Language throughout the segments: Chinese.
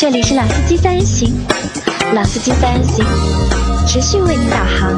这里是老司机三人行，老司机三人行持续为您导航。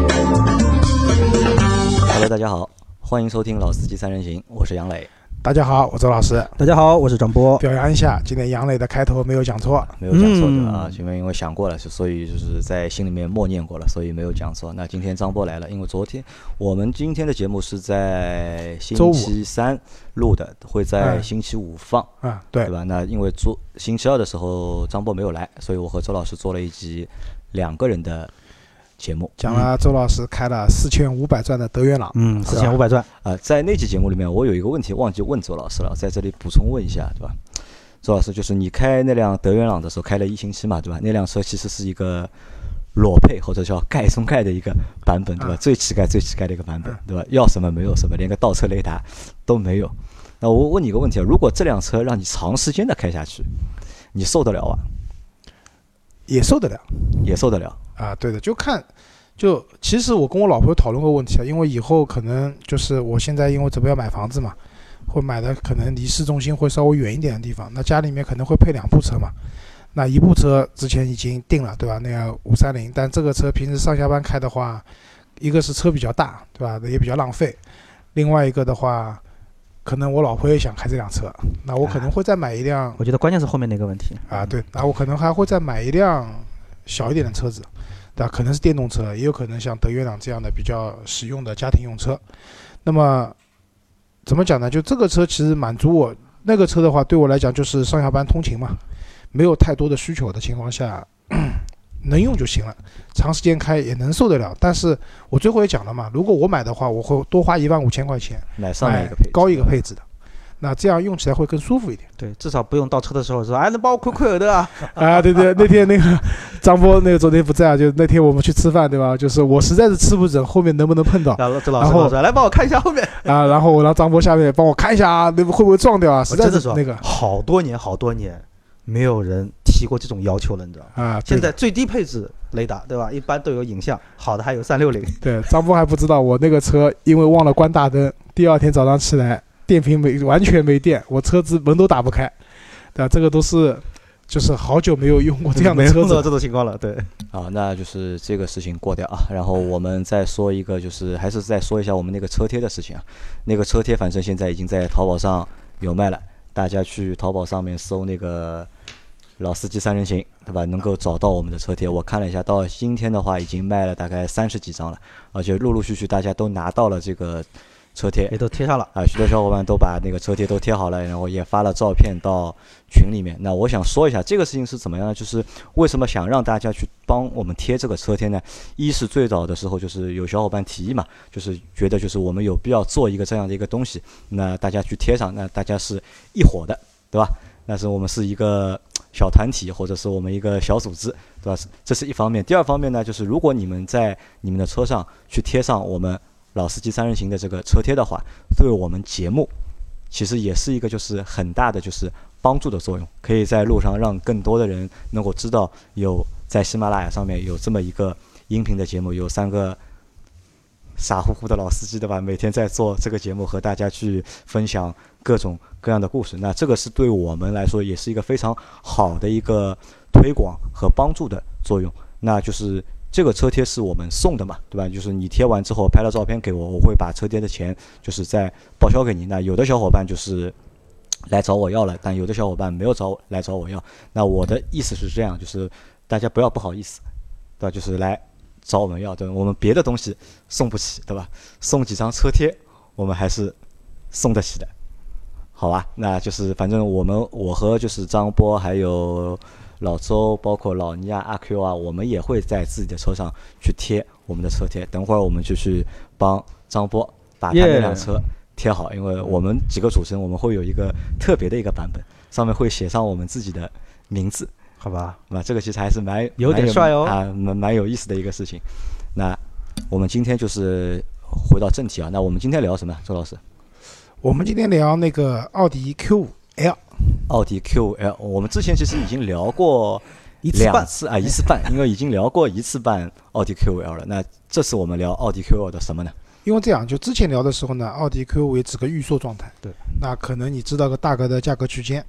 Hello， 大家好，欢迎收听老司机三人行，我是杨磊。 大家好，我周老师。 大家好，我是张波。 表扬一下，今天杨磊的开头没有讲错， 没有讲错对吧？因为想过了，所以就是在心里面默念过了，所以没有讲错。那今天张波来了，因为我们今天的节目是在星期三录的，会在星期五放，对吧？那因为星期二的时候张波没有来，所以我和周老师做了一集2个人的节目， 讲了周老师开了4500转的德源朗 ，4500转在那期节目里面，我有一个问题忘记问周老师了，在这里补充问一下，对吧？周老师，就是你开那辆德源朗的时候，开了1星期嘛，对吧？那辆车其实是一个裸配或者叫盖松盖的一个版本，对吧？最乞丐的一个版本，对吧？要什么没有什么，连个倒车雷达都没有。那我问你一个问题啊，如果这辆车让你长时间的开下去，你受得了啊？ 也受得了， 也受得了啊，对的，其实我跟我老婆讨论过问题啊，因为以后可能就是我现在因为准备要买房子嘛，会买的可能离市中心会稍微远一点的地方，那家里面可能会配2部车嘛，那一部车之前已经定了，对吧？那个530，但这个车平时上下班开的话，一个是车比较大，对吧？也比较浪费，另外一个的话，可能我老婆也想开这辆车，那我可能会再买一辆。 我觉得关键是后面那个问题啊，对，那我可能还会再买一辆小一点的车子，对吧？可能是电动车，也有可能像德源朗这样的比较实用的家庭用车。那么怎么讲呢？就这个车其实满足我，那个车的话对我来讲就是上下班通勤嘛，没有太多的需求的情况下，能用就行了，长时间开也能受得了。但是我最后也讲了嘛，如果我买的话，我会多花15000块钱买上面一个配置， 高一个配置的，那这样用起来会更舒服一点。 对，至少不用倒车的时候说，哎，能帮我亏亏耳的啊？ 啊，对对，那天那个张波那个昨天不在啊，就那天我们去吃饭，对吧？就是我实在是吃不准后面能不能碰到， 然后来帮我看一下后面啊，然后我让张波下面帮我看一下啊，那会不会撞掉啊？实在是那个好多年没有人提过这种要求了，你知道吗？ 啊， 现在最低配置雷达，对吧？一般都有影像，好的还有360。 对，张波还不知道我那个车因为忘了关大灯，第2天早上起来电瓶完全没电，我车子门都打不开，对吧？这个都是就是好久没有用过这样的车子， 这种情况了。对， 好，那就是这个事情过掉啊。然后我们再说一个，就是还是再说一下我们那个车贴的事情啊。那个车贴反正现在已经在淘宝上有卖了，大家去淘宝上面搜那个老司机三人行，对吧？能够找到我们的车贴。我看了一下，到今天的话已经卖了大概30几张了，而且陆陆续续大家都拿到了这个车贴， 也都贴上了啊，许多小伙伴都把那个车贴都贴好了，然后也发了照片到群里面。那我想说一下这个事情是怎么样呢？就是为什么想让大家去帮我们贴这个车贴呢？一是最早的时候就是有小伙伴提议嘛，就是觉得就是我们有必要做一个这样的一个东西，那大家去贴上，那大家是一伙的，对吧？那是我们是一个小团体，或者是我们一个小组织，对吧？这是一方面。第二方面呢，就是如果你们在你们的车上去贴上我们老司机三人行的这个车贴的话，对我们节目其实也是一个就是很大的就是帮助的作用，可以在路上让更多的人能够知道有在喜马拉雅上面有这么一个音频的节目，有3个傻乎乎的老司机，对吧？每天在做这个节目，和大家去分享各种各样的故事。那这个是对我们来说也是一个非常好的一个推广和帮助的作用。那就是这个车贴是我们送的嘛，对吧？就是你贴完之后拍了照片给我，我会把车贴的钱就是再报销给你。那有的小伙伴就是来找我要了，但有的小伙伴没有来找我要。那我的意思是这样，就是大家不要不好意思，对吧？就是来找我们要，对吧？我们别的东西送不起，对吧？送几张车贴我们还是送得起的，好吧？那就是反正我和就是张波还有老周，包括老倪啊、阿 Q 啊，我们也会在自己的车上去贴我们的车贴。等会儿我们就去帮张波把他那辆车贴好，因为我们几个主持人我们会有一个特别的一个版本，上面会写上我们自己的名字， 好吧？ 那这个其实还是有点帅哦， 蛮有意思的一个事情。那我们今天就是回到正题啊，那我们今天聊什么，周老师？ 我们今天聊那个奥迪 Q5L。 奥迪 Q5L， 我们之前其实已经聊过2次啊，1次半，因为已经聊过1次半奥迪 Q5L 了。那这次我们聊奥迪 Q5 的什么呢？ 因为这样，就之前聊的时候呢，奥迪 Q5 也只个预售状态， 对， 那可能你知道个大概的价格区间，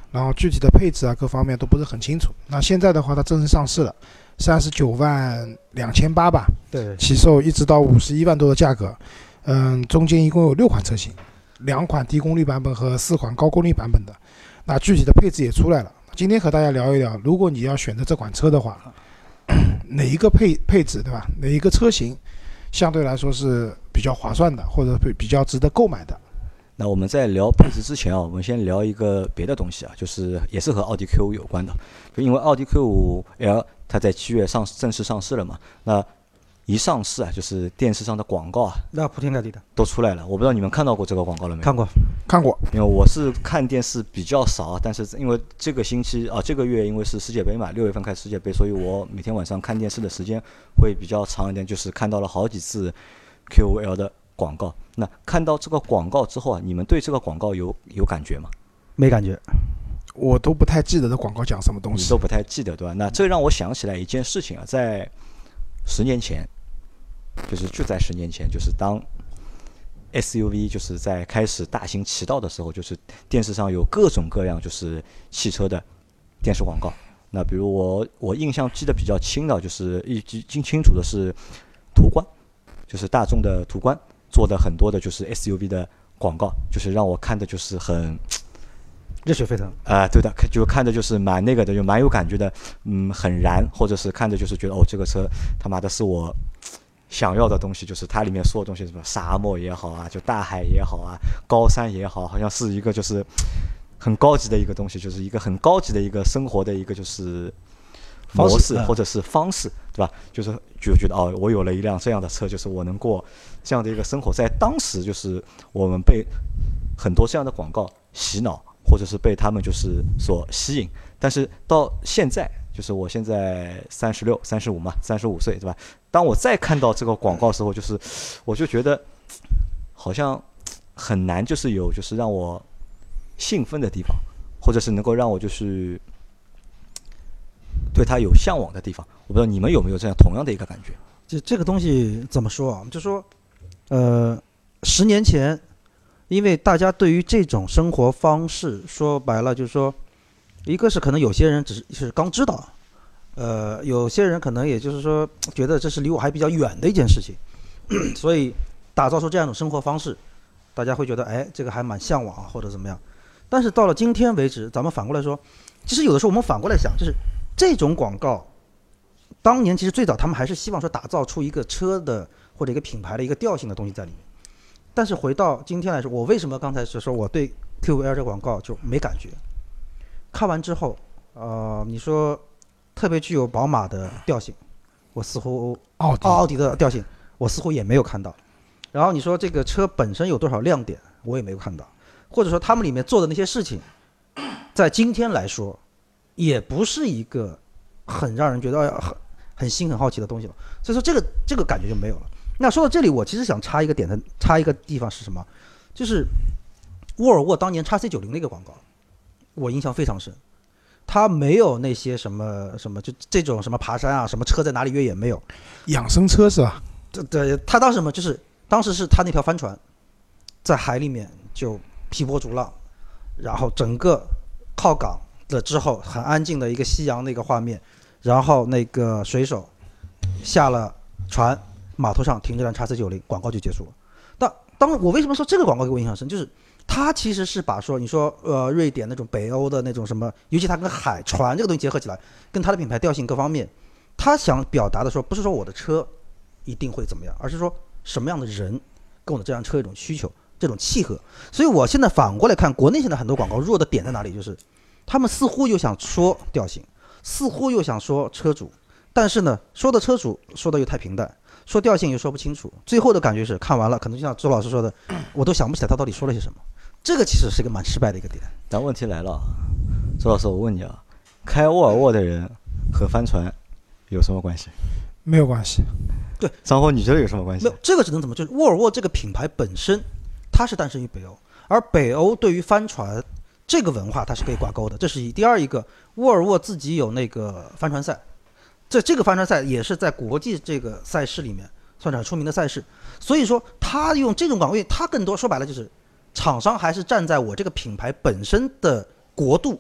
然后具体的配置啊各方面都不是很清楚。那现在的话，它正式上市了，39.28万吧， 对， 起售一直到51万多的价格。中间一共有6款车型，2款低功率版本和4款高功率版本的。那具体的配置也出来了。今天和大家聊一聊，如果你要选择这款车的话，哪一个配置，对吧？哪一个车型相对来说是比较划算的，或者比较值得购买的？ 那我们在聊配置之前啊，我们先聊一个别的东西啊，就是也是和奥迪 Q5 有关的，就因为奥迪 Q5L 它在7月正式上市了嘛，那一上市啊，就是电视上的广告啊， 那铺天盖地的都出来了。我不知道你们看到过这个广告了没有？ 看过， 因为我是看电视比较少啊，但是因为这个星期啊，这个月因为是世界杯嘛，6月份开世界杯，所以我每天晚上看电视的时间会比较长一点，就是看到了好几次 Q5L 的广告。那看到这个广告之后啊，你们对这个广告有感觉吗？ 没感觉， 我都不太记得这广告讲什么东西， 你都不太记得，对吧？那这让我想起来一件事情啊，在10年前。就在10年前，就是当 SUV 就是在开始大行其道的时候，就是电视上有各种各样就是汽车的电视广告。那比如我印象记得比较清的，就是清楚的是途观，就是大众的途观做的很多的就是 SUV 的广告，就是让我看的就是很热血沸腾对的，就看的就是蛮那个的，就蛮有感觉的，很燃，或者是看的就是觉得这个车他妈的是我想要的东西，就是它里面说的东西，什么沙漠也好啊，就大海也好啊，高山也好，好像是一个就是很高级的一个东西，就是一个很高级的一个生活的一个就是模式或者是方式，对吧？就觉得我有了一辆这样的车，就是我能过这样的一个生活。在当时，就是我们被很多这样的广告洗脑，或者是被他们就是所吸引。但是到现在，就是我现在36、35嘛，35岁，对吧？当我再看到这个广告的时候，就是我就觉得好像很难，就是有就是让我兴奋的地方，或者是能够让我就是对它有向往的地方。我不知道你们有没有这样同样的一个感觉？ 这个东西怎么说啊？就说10年前，因为大家对于这种生活方式，说白了就是说，一个是可能有些人只是刚知道。有些人可能也就是说觉得这是离我还比较远的一件事情，所以打造出这样一种生活方式，大家会觉得这个还蛮向往啊，或者怎么样。但是到了今天为止，咱们反过来说，其实有的时候我们反过来想，就是这种广告，当年其实最早他们还是希望说打造出一个车的或者一个品牌的一个调性的东西在里面。但是回到今天来说，我为什么刚才是说我对 Q5L 这个广告就没感觉？看完之后，你说。特别具有宝马的调性，我似乎奥迪的调性，我似乎也没有看到。然后你说这个车本身有多少亮点，我也没有看到。或者说他们里面做的那些事情，在今天来说，也不是一个很让人觉得很新很好奇的东西了。所以说这个感觉就没有了。那说到这里，我其实想插一个地方是什么？就是沃尔沃当年 XC90 那个广告，我印象非常深。他没有那些什么就这种什么爬山啊，什么车在哪里越野没有， 养生车是吧？ 对，他当时什么就是当时是他那条帆船在海里面就劈波逐浪，然后整个靠港了之后很安静的一个夕阳那个画面，然后那个水手下了船，码头上停着辆 XC90， 广告就结束了。当我为什么说这个广告给我印象深，就是它其实是把说你说瑞典那种北欧的那种什么，尤其它跟海船这个东西结合起来，跟它的品牌调性各方面，它想表达的说不是说我的车一定会怎么样，而是说什么样的人跟我的这辆车有一种需求，这种契合。所以我现在反过来看，国内现在很多广告弱的点在哪里，就是他们似乎又想说调性，似乎又想说车主，但是呢说的车主说的又太平淡，说调性又说不清楚，最后的感觉是看完了可能就像周老师说的，我都想不起来他到底说了些什么。这个其实是一个蛮失败的一个点。 但问题来了，周老师，我问你啊，开沃尔沃的人和帆船有什么关系？ 没有关系。 对，张红，你觉得有什么关系？ 没有，这个只能怎么？就是沃尔沃这个品牌本身，它是诞生于北欧，而北欧对于帆船这个文化它是可以挂钩的，这是一。第二一个，沃尔沃自己有那个帆船赛，这个帆船赛也是在国际这个赛事里面算是很出名的赛事，所以说他用这种广告，他更多说白了就是厂商还是站在我这个品牌本身的国度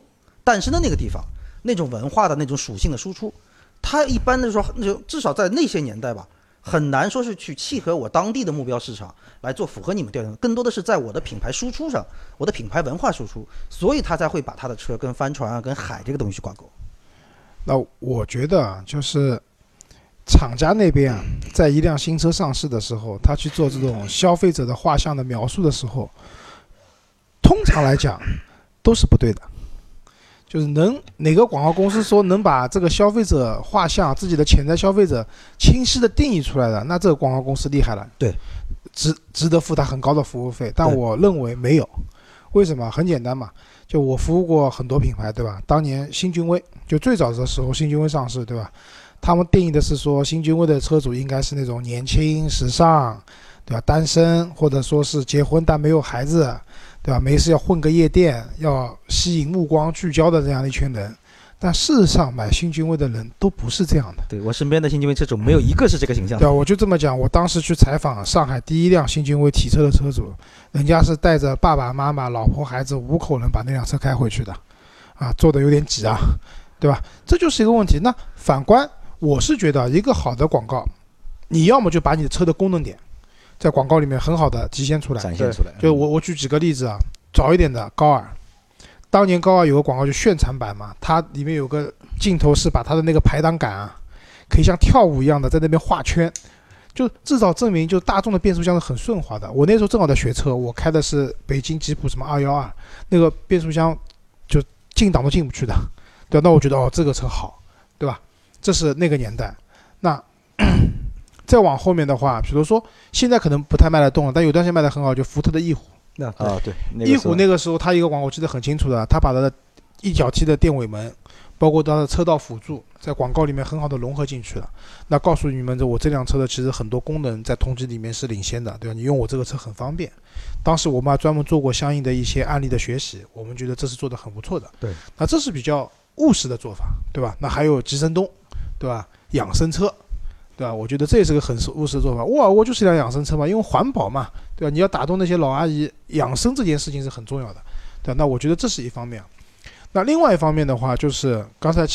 诞生的那个地方，那种文化的那种属性的输出，它一般的说，至少在那些年代吧，很难说是去契合我当地的目标市场来做符合你们调研，更多的是在我的品牌输出上，我的品牌文化输出，所以他才会把他的车跟帆船啊、跟海这个东西挂钩。 那我觉得啊，就是厂家那边啊，在一辆新车上市的时候，他去做这种消费者的画像的描述的时候，通常来讲都是不对的。就是哪个广告公司说能把这个消费者画像自己的潜在消费者清晰的定义出来的，那这个广告公司厉害了， 对， 值得付他很高的服务费。但我认为没有，为什么？很简单嘛，就我服务过很多品牌，对吧？当年新君威就最早的时候，新君威上市，对吧？他们定义的是说，新君威的车主应该是那种年轻、时尚，对吧？单身或者说是结婚但没有孩子，对吧？没事要混个夜店，要吸引目光聚焦的这样一群人。但事实上，买新君威的人都不是这样的。 对，我身边的新君威车主没有一个是这个形象的。 对，我就这么讲。我当时去采访上海第一辆新君威提车的车主，人家是带着爸爸妈妈、老婆、孩子5口人把那辆车开回去的，啊，坐的有点挤啊，对吧？这就是一个问题。那反观，我是觉得一个好的广告，你要么就把你的车的功能点在广告里面很好的体现出来， 展现出来。 就我举几个例子啊，早一点的高尔，当年高尔有个广告就炫产版嘛，它里面有个镜头是把它的那个排挡杆啊，可以像跳舞一样的在那边画圈，就至少证明就大众的变速箱是很顺滑的。我那时候正好在学车，我开的是北京吉普什么212，那个变速箱就进档都进不去的，对吧？那我觉得哦，这个车好，对吧？这是那个年代。那再往后面的话，比如说现在可能不太卖得动了，但有段时间卖得很好，就福特的翼虎。 对， 翼虎那个时候它一个广告我记得很清楚的，它把它的一脚踢的电尾门，包括它的车道辅助，在广告里面很好的融合进去了。那告诉你们，我这辆车的其实很多功能在同级里面是领先的，对吧？你用我这个车很方便。当时我们还专门做过相应的一些案例的学习，我们觉得这是做得很不错的。 对， 那这是比较务实的做法，对吧？那还有吉森东，对吧？养生车，对吧？我觉得这也是个很务实的做法。沃尔沃就是一辆养生车嘛，因为环保嘛，对吧？你要打动那些老阿姨，养生这件事情是很重要的，对吧？那我觉得这是一方面。那另外一方面的话，就是刚才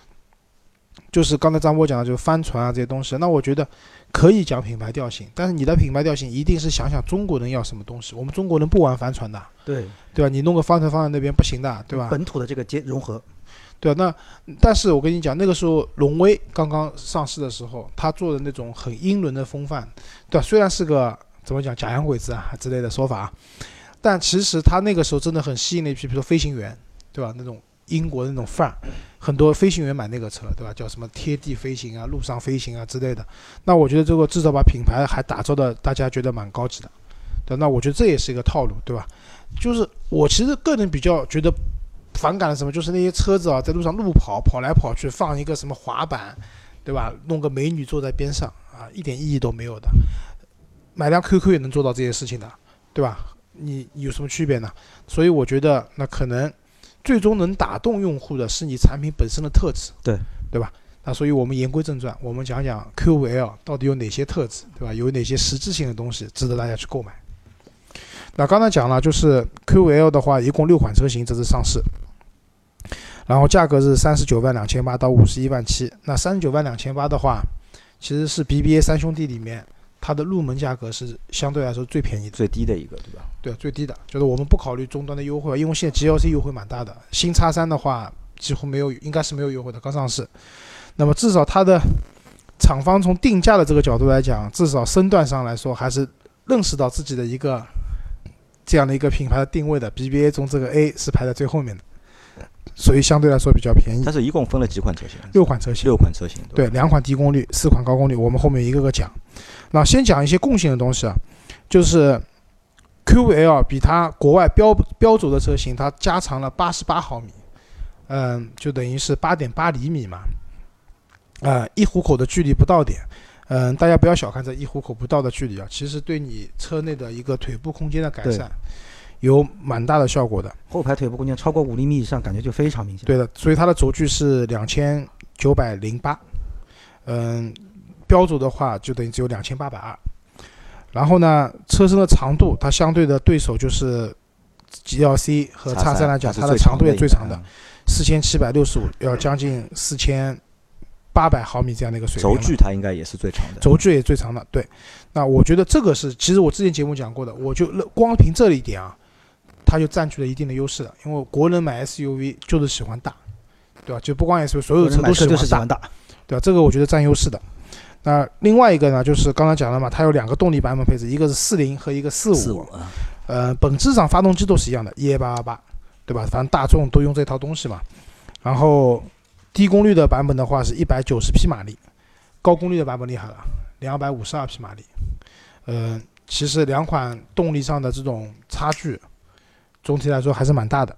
张波讲的，就是帆船啊这些东西。那我觉得可以讲品牌调性，但是你的品牌调性一定是想想中国人要什么东西。我们中国人不玩帆船的， 对吧？你弄个帆船放在那边不行的，对吧？ 本土的这个融合。 对，那但是我跟你讲，那个时候荣威刚刚上市的时候，他做的那种很英伦的风范，对吧？虽然是个怎么讲假洋鬼子啊之类的说法，但其实他那个时候真的很吸引了一批，比如说飞行员，对吧？那种英国的那种范儿，很多飞行员买那个车，对吧？叫什么贴地飞行啊、陆上飞行啊之类的。那我觉得这个至少把品牌还打造的大家觉得蛮高级的，对，那我觉得这也是一个套路，对吧？就是我其实个人比较觉得反感的什么，就是那些车子啊，在路上路跑来跑去，放一个什么滑板，对吧？弄个美女坐在边上啊，一点意义都没有的。买辆 QQ 也能做到这些事情的，对吧？你有什么区别呢？所以我觉得那可能最终能打动用户的是你产品本身的特质，对吧？那所以我们言归正传，我们讲讲 Q5L 到底有哪些特质，对吧？有哪些实质性的东西值得大家去购买。那刚才讲了，就是 Q5L 的话，一共6款车型这次上市，然后价格是39.28万到51.7万。那39.28万的话，其实是 BBA 三兄弟里面它的入门价格是相对来说最便宜的、 最低的一个，对吧？ 对，最低的，就是我们不考虑终端的优惠，因为现在 GLC 优惠蛮大的，新 X3 的话几乎没有，应该是没有优惠的，刚上市。那么至少它的厂方从定价的这个角度来讲，至少身段上来说还是认识到自己的一个这样的一个品牌的定位的。 BBA 中这个 A 是排在最后面的，所以相对来说比较便宜。 它是一共分了几款车型 ？6款车型。 6款车型， 对，2款低功率，4款高功率，我们后面一个个讲。那先讲一些共性的东西啊，就是 Q5L 比它国外标轴的车型，它加长了88毫米，就等于是8.8厘米嘛，一虎口的距离不到点，大家不要小看这一虎口不到的距离啊，其实对你车内的一个腿部空间的改善有蛮大的效果的。 后排腿部空间超过5厘米以上，感觉就非常明显。 对的，所以它的轴距是2908，标轴的话就等于只有2820。然后呢，车身的长度，它相对的对手就是 GLC 和 X3 来讲，它的长度也最长的 4765，要将近4800毫米这样的一个水平了。 轴距它应该也是最长的， 轴距也最长的。对，那我觉得这个是，其实我之前节目讲过的，我就光凭这一点啊，它就占据了一定的优势了。因为国人买 SUV 就是喜欢大，对吧？就不光 SUV，所有车都喜欢大，对吧？这个我觉得占优势的。那另外一个呢，就是刚才讲了嘛，它有2个动力版本配置，一个是40和一个45。本质上发动机都是一样的，12888，对吧？反正大众都用这套东西嘛。然后低功率的版本的话是190匹马力，高功率的版本厉害了，252匹马力。其实两款动力上的这种差距，总体来说还是蛮大的。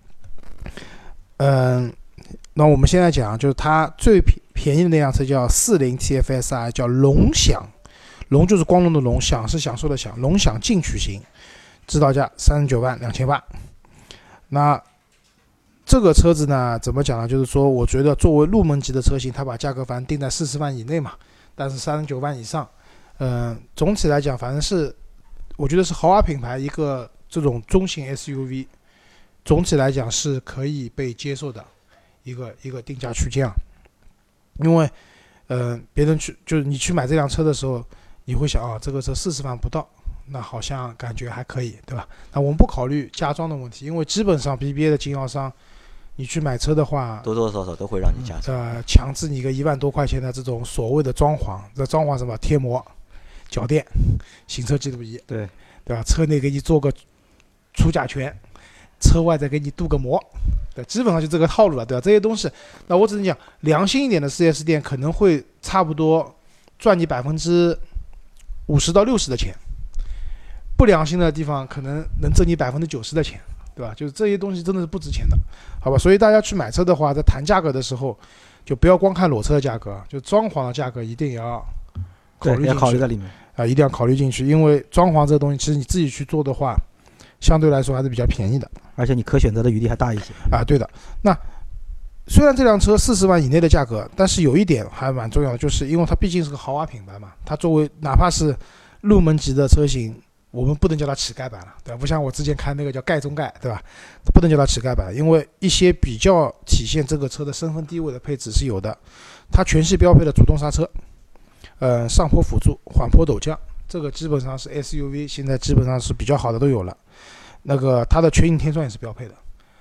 那我们现在讲，就是它最便宜的那辆车叫40 TFSI， 叫龙享，龙就是光荣的龙，享是享受的享，龙享进取型，指导价392800。那这个车子呢，怎么讲呢？就是说，我觉得作为入门级的车型，它把价格反正定在40万以内嘛，但是39万以上。总体来讲，反正是我觉得是豪华品牌一个这种中型 SUV， 总体来讲是可以被接受的一个定价区间啊。因为别人就是你去买这辆车的时候，你会想这个车40万不到，那好像感觉还可以，对吧？那我们不考虑加装的问题，因为基本上 BBA 的经销商，你去买车的话， 多多少少都会让你加装， 强制你个1万多块钱的这种所谓的装潢，这装潢什么贴膜、脚垫、行车记录仪，对吧？车内给你做个除甲醛，车外再给你镀个膜，对，基本上就这个套路了，对吧？这些东西，那我只能讲，良心一点的 4S 店可能会差不多赚你50%到60%的钱，不良心的地方可能能挣你90%的钱，对吧？就是这些东西真的是不值钱的，好吧？所以大家去买车的话，在谈价格的时候，就不要光看裸车的价格，就装潢的价格一定要考虑进去， 考虑在里面啊，一定要考虑进去，因为装潢这个东西，其实你自己去做的话，相对来说还是比较便宜的， 而且你可选择的余地还大一些啊。对的，那虽然这辆车40万以内的价格，但是有一点还蛮重要的，就是因为它毕竟是个豪华品牌嘛，它作为哪怕是入门级的车型，我们不能叫它乞丐版了，对吧？不像我之前看那个叫盖中盖，对吧？不能叫它乞丐版，因为一些比较体现这个车的身份地位的配置是有的。它全系标配的主动刹车，上坡辅助、缓坡陡降，这个基本上是 SUV 现在基本上是比较好的都有了。那个它的全景天窗也是标配的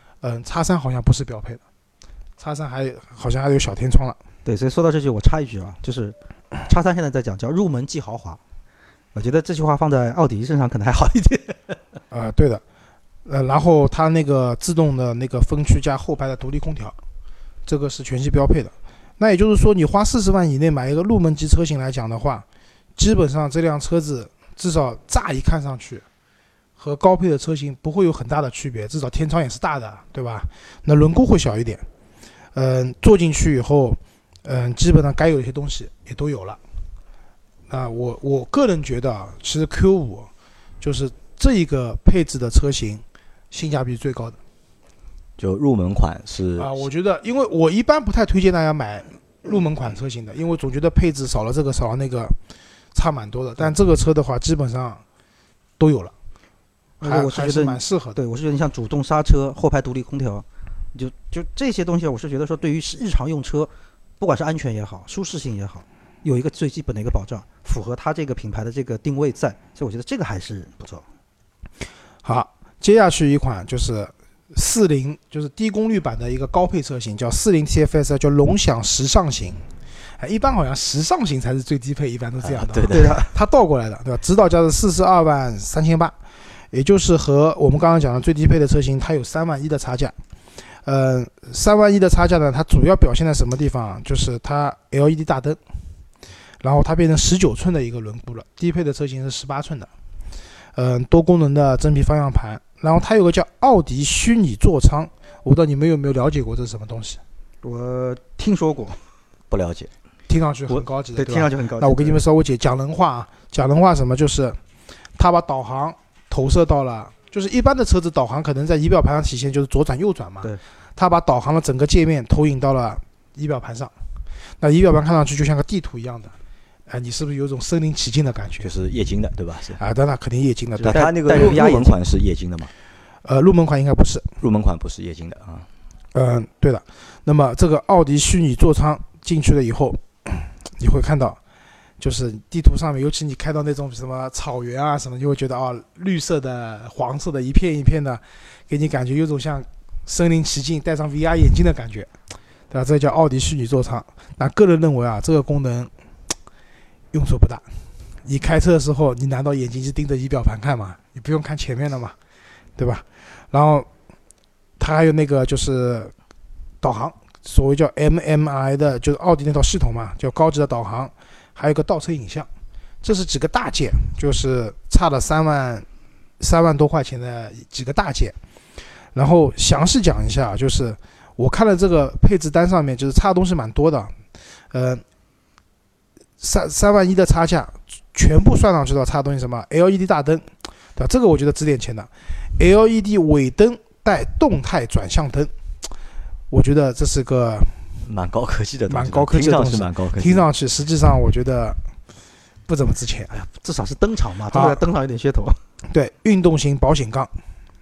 ，X3好像不是标配的，X3好像还有小天窗了。 对，所以说到这句我插一句啊，就是 X3现在在讲叫入门即豪华，我觉得这句话放在奥迪身上可能还好一点。 对的，然后它那个自动的那个风区加后排的独立空调，这个是全系标配的。那也就是说，你花40万以内买一个入门级车型来讲的话，基本上这辆车子至少乍一看上去和高配的车型不会有很大的区别，至少天窗也是大的，对吧？那轮毂会小一点，坐进去以后，基本上该有一些东西也都有了。那我个人觉得啊，其实 Q5 就是这一个配置的车型性价比最高的。 就入门款是我觉得，因为我一般不太推荐大家买入门款车型的，因为总觉得配置少了这个少了那个差蛮多的。但这个车的话，基本上都有了， 我是觉得蛮适合的。 对，我是觉得你像主动刹车、后排独立空调，就这些东西，我是觉得说对于日常用车，不管是安全也好、舒适性也好，有一个最基本的一个保障，符合它这个品牌的这个定位在，所以我觉得这个还是不错。 好，接下去一款就是40，就是低功率版的一个高配车型，叫40 TFS， 叫龙享时尚型。一般好像时尚型才是最低配，一般都这样的。 对的， 它倒过来的，对吧？指导价是42万3800，也就是和我们刚刚讲的最低配的车型，它有3万1的差价。3万1的差价呢，它主要表现在什么地方？就是它 LED 大灯，然后它变成19寸的一个轮毂了，低配的车型是18寸的。多功能的真皮方向盘，然后它有个叫奥迪虚拟座舱，我不知道你们有没有了解过这是什么东西？ 我听说过， 不了解。 听上去很高级的， 对，听上去很高级。 那我给你们稍微讲人话啊，讲人话什么？就是它把导航投射到了，就是一般的车子导航可能在仪表盘上体现就是左转右转嘛， 对， 它把导航的整个界面投影到了仪表盘上，那仪表盘看上去就像个地图一样的。你是不是有种身临其境的感觉？ 就是液晶的，对吧？是当然肯定液晶的。 对，它那个入门款是液晶的嘛？ 入门款应该不是， 入门款不是液晶的啊。 对的。那么这个奥迪虚拟座舱进去了以后，你会看到，就是地图上面，尤其你开到那种什么草原啊什么，就会觉得绿色的、黄色的，一片一片的，给你感觉有种像身临其境、戴上 VR 眼镜的感觉，对吧？这叫奥迪虚拟座舱。那个人认为这个功能用处不大。你开车的时候，你难道眼睛是盯着仪表盘看吗？你不用看前面的嘛，对吧？然后它还有那个就是导航，所谓叫 MMI 的，就是奥迪那套系统嘛，叫高级的导航，还有一个倒车影像，这是几个大件，就是差了3万多块钱的几个大件。然后详细讲一下，就是我看了这个配置单上面，就是差的东西蛮多的，3万1的差价，全部算上去的差的东西什么 LED 大灯，对吧？这个我觉得值点钱的 ，LED 尾灯带动态转向灯，我觉得这是个蛮高科技的东西， 蛮高科技的东西， 听上去蛮高科技， 听上去实际上我觉得不怎么值钱。 哎呀，至少是登场嘛，都在登场有点噱头。 对，运动型保险杠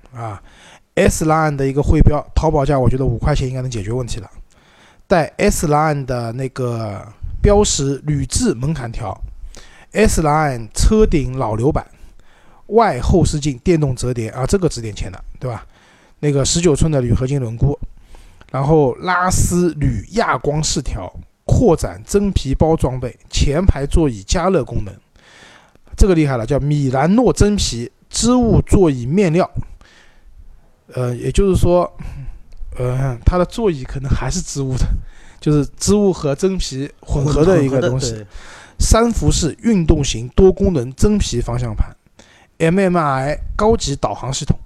S Line 的一个徽标，淘宝价我觉得5块钱应该能解决问题了。带 S Line 的那个标识铝制门槛条 ，S Line 车顶老流板，外后视镜电动折叠这个值点钱的，对吧？那个19寸的铝合金轮毂，然后拉丝铝亚光饰条，扩展真皮包装备，前排座椅加热功能，这个厉害了，叫米兰诺真皮织物座椅面料。也就是说，它的座椅可能还是织物的，就是织物和真皮混合的一个东西。3辐式运动型多功能真皮方向盘 ，MMI 高级导航系统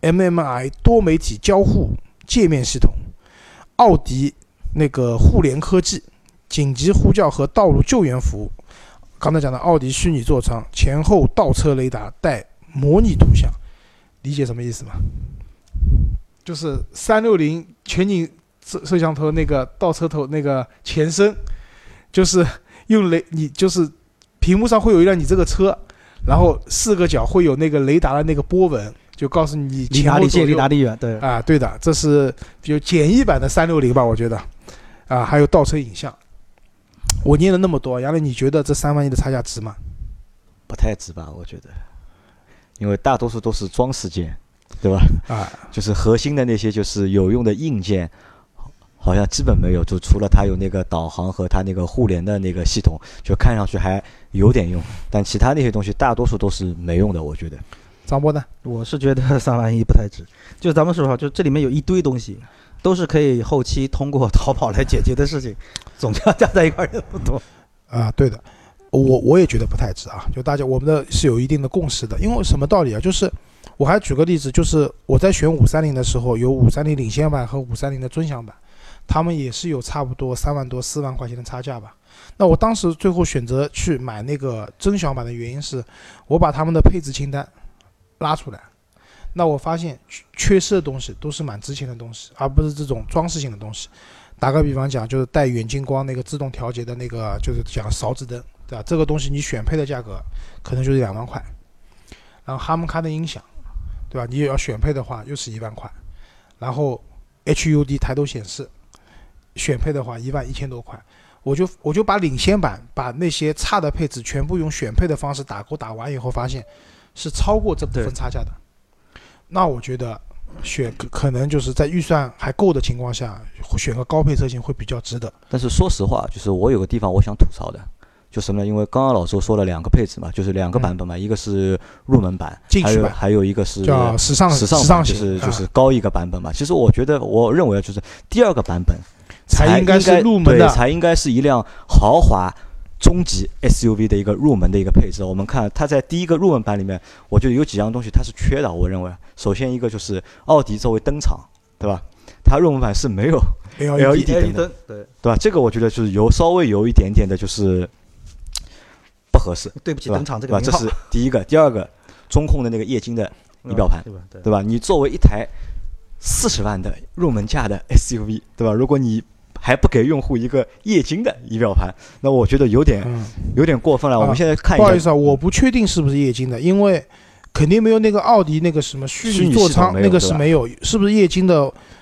，MMI 多媒体交互界面系统，奥迪那个互联科技紧急呼叫和道路救援服务。刚才讲的奥迪虚拟座舱前后倒车雷达带模拟图像，理解什么意思吗？就是360全景摄像头那个倒车头那个前身，就是用你就是屏幕上会有一辆你这个车，然后4个角会有那个雷达的那个波纹，就告诉你前后左右离哪里远，对对的，这是比如简易版的360吧，我觉得还有倒车影像。我念了那么多，杨磊，你觉得这3万1的差价值吗？ 不太值吧，我觉得，因为大多数都是装饰件。对吧？就是核心的那些就是有用的硬件，好像基本没有，就除了它有那个导航和它那个互联的那个系统，就看上去还有点用，但其他那些东西大多数都是没用的，我觉得。 张波呢？ 我是觉得3万1不太值，就咱们说实话，就这里面有一堆东西，都是可以后期通过淘宝来解决的事情，总价加在一块也不多。 对的，我也觉得不太值就大家我们的是有一定的共识的，因为什么道理就是我还举个例子，就是我在选530的时候，有530领先版和530的尊享版，他们也是有差不多3万多4万块钱的差价吧。那我当时最后选择去买那个尊享版的原因是，我把他们的配置清单拉出来，那我发现缺失的东西都是蛮值钱的东西，而不是这种装饰性的东西。打个比方讲，就是带远近光那个自动调节的那个，就是讲勺子灯，对吧？这个东西你选配的价格可能就是2万块，然后哈曼卡顿音响，对吧？你也要选配的话又是1万块，然后 HUD 抬头显示选配的话11000多块，我就把领先版把那些差的配置全部用选配的方式打勾打完以后，发现是超过这部分差价的。那我觉得可能就是在预算还够的情况下，选个高配车型会比较值得。 但是说实话，就是我有个地方我想吐槽的，就什么呢？因为刚刚老周说了2个配置嘛，就是2个版本嘛，一个是入门版，还有一个是叫时尚版，就是高一个版本嘛。其实我认为就是第2个版本才应该是入门的， 对，才应该是一辆豪华中级 SUV 的一个入门的一个配置。我们看它在第1个入门版里面，我觉得有几样东西它是缺的。我认为，首先一个就是奥迪作为灯厂，对吧？它入门版是没有 LED 灯的，对吧？这个我觉得就是稍微有一点点的就是不合适， 对不起灯厂这个名号。 这是第一个。第2个，中控的那个液晶的仪表盘，对吧？你作为一台40万的入门价的 SUV， 对吧？如果你还不给用户一个液晶的仪表盘，那我觉得有点过分了。我们现在看一下， 不好意思我不确定是不是液晶的，因为肯定没有那个奥迪那个什么虚拟座舱那个是没有，是不是液晶的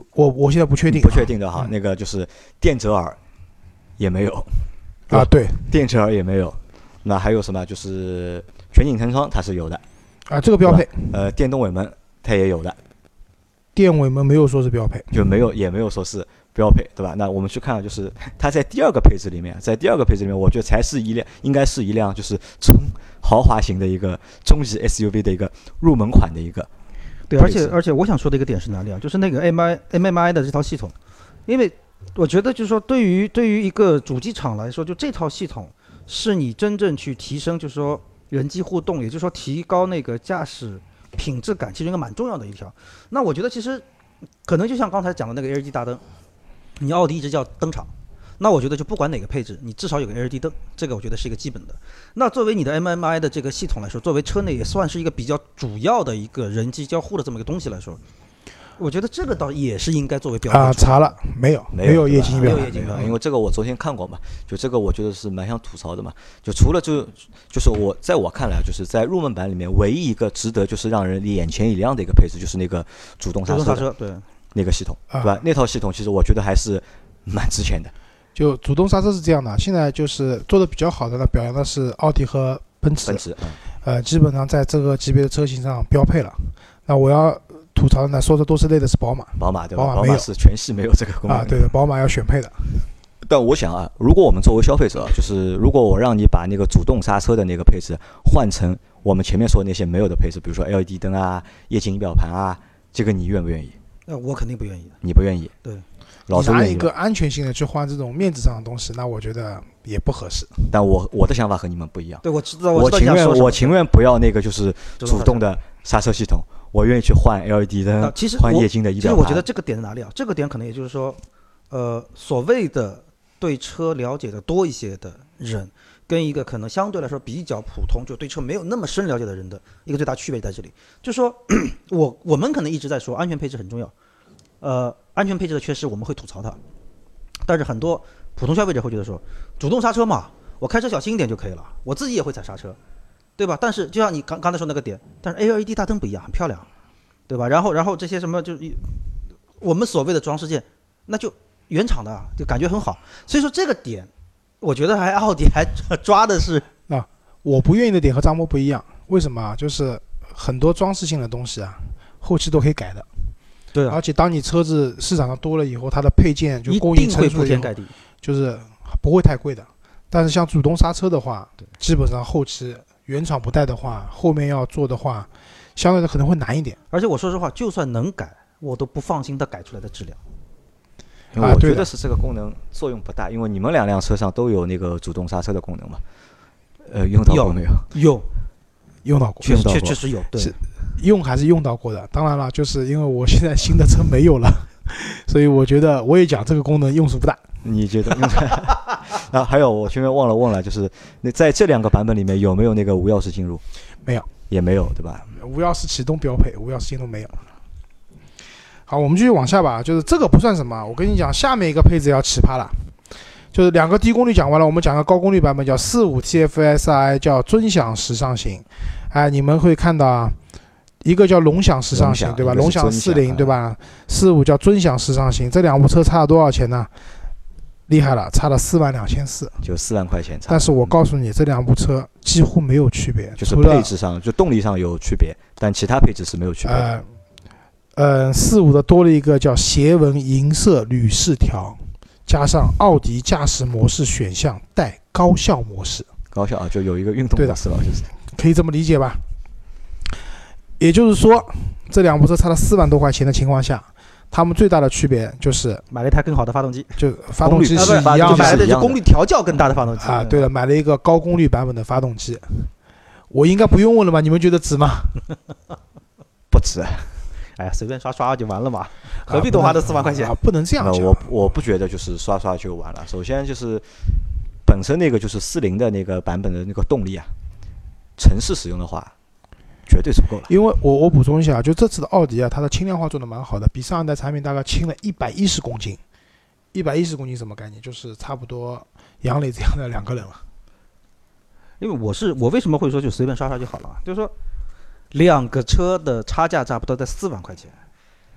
我现在不确定， 不确定的哈，那个就是电折耳也没有啊，对， 电折耳也没有。那还有什么？就是全景天窗它是有的啊，这个标配。 电动尾门它也有的， 电尾门没有说是标配， 就没有也没有说是标配，对吧？那我们去看，就是它在第二个配置里面，我觉得才是应该是一辆就是中豪华型的一个中级 SUV 的一个入门款的一个。 对，而且我想说的一个点是哪里啊？就是那个 MMI 的这套系统，因为我觉得就是说，对于一个主机厂来说，就这套系统是你真正去提升，就是说人机互动，也就是说提高那个驾驶品质感，其实一个蛮重要的一条。那我觉得其实可能就像刚才讲的那个 LED 大灯，你奥迪一直叫灯厂，那我觉得就不管哪个配置，你至少有个 LED 灯，这个我觉得是一个基本的。那作为你的 MMI 的这个系统来说，作为车内也算是一个比较主要的一个人机交互的这么一个东西来说，我觉得这个倒也是应该作为标配。 查了没有液晶仪表盘， 因为这个我昨天看过嘛，就这个我觉得是蛮想吐槽的嘛。就除了就是在我看来，就是在入门版里面唯一一个值得就是让人眼前一亮的一个配置，就是那个主动刹车， 对， 那个系统，对吧？那套系统其实我觉得还是蛮值钱的。 就主动刹车是这样的，现在就是做的比较好的呢，表扬的是奥迪和奔驰，基本上在这个级别的车型上标配了。那我要吐槽的呢，说的都是累的是宝马对吧？宝马是全系没有这个功能啊，对的，宝马要选配的。 但我想啊，如果我们作为消费者，就是如果我让你把那个主动刹车的那个配置换成我们前面说的那些没有的配置，比如说 LED 灯啊、液晶仪表盘啊，这个你愿不愿意？ 我肯定不愿意的。 你不愿意？ 对。 你拿一个安全性的去换这种面子上的东西，那我觉得也不合适。 但我的想法和你们不一样。 对，我知道。 我情愿不要那个就是主动的刹车系统，我愿意去换 LED 灯，换液晶的仪表盘。 其实我觉得这个点在哪里啊？这个点可能也就是说，所谓的对车了解的多一些的人，跟一个可能相对来说比较普通，就对车没有那么深了解的人的一个最大区别在这里。就是说我们可能一直在说安全配置很重要。安全配置的缺失我们会吐槽它，但是很多普通消费者会觉得说，主动刹车嘛，我开车小心一点就可以了，我自己也会踩刹车，对吧？但是就像你刚才说那个点，但是 LED 大灯不一样，很漂亮，对吧？然后这些什么就是我们所谓的装饰件，那就原厂的，就感觉很好。所以说这个点，我觉得奥迪还抓的是我不愿意的点和张波不一样，为什么啊？就是很多装饰性的东西啊，后期都可以改的。 对， 而且当你车子市场上多了以后，它的配件就供应成熟以后，就是不会太贵的。但是像主动刹车的话，基本上后期原厂不带的话，后面要做的话，相对的可能会难一点。 而且我说实话，就算能改，我都不放心它改出来的质量。 因为我觉得是这个功能作用不大，因为你们两辆车上都有那个主动刹车的功能嘛。用到过没有？ 用到过， 确实有，对。 用还是用到过的，当然了，就是因为我现在新的车没有了，所以我觉得我也讲这个功能用处不大。 你觉得？啊，还有我前面忘了问了，就是那在这两个版本里面有没有那个无钥匙进入？ 没有， 也没有，对吧？ 无钥匙启动标配，无钥匙进入没有。好，我们继续往下吧，就是这个不算什么，我跟你讲，下面一个配置要奇葩了。就是两个低功率讲完了，我们讲个高功率版本，叫45 TFSI， 叫尊享时尚型。哎，你们会看到啊。一个叫龙享时尚型，对吧？龙享40，对吧？45叫尊享时尚型，这两部车差了多少钱呢？厉害了，差了42400， 就4万块钱差。 但是我告诉你，这两部车几乎没有区别， 就是配置上，就动力上有区别，但其他配置是没有区别的。 45的多了一个叫斜纹银色铝饰条，加上奥迪驾驶模式选项带高效模式。 高效啊，就有一个运动模式了，就是可以这么理解吧？也就是说，这两部车差了4万多块钱的情况下，它们最大的区别就是买了一台更好的发动机， 就发动机是一样的， 买的就功率调教更大的发动机啊。对了，买了一个高功率版本的发动机，我应该不用问了吧？你们觉得值吗？ 不值。 哎呀，随便刷刷就完了嘛，何必多花这4万块钱啊？不能这样讲。 我不觉得就是刷刷就完了。首先就是本身那个就是40的那个版本的那个动力啊，城市使用的话。绝对足够了， 因为我补充一下，就这次的奥迪啊，它的轻量化做得蛮好的，比上一代产品大概轻了110公斤。110公斤什么概念？就是差不多杨磊这样的2个人了。 因为我为什么会说就随便刷刷就好了？就是说，两个车的差价差不多在4万块钱，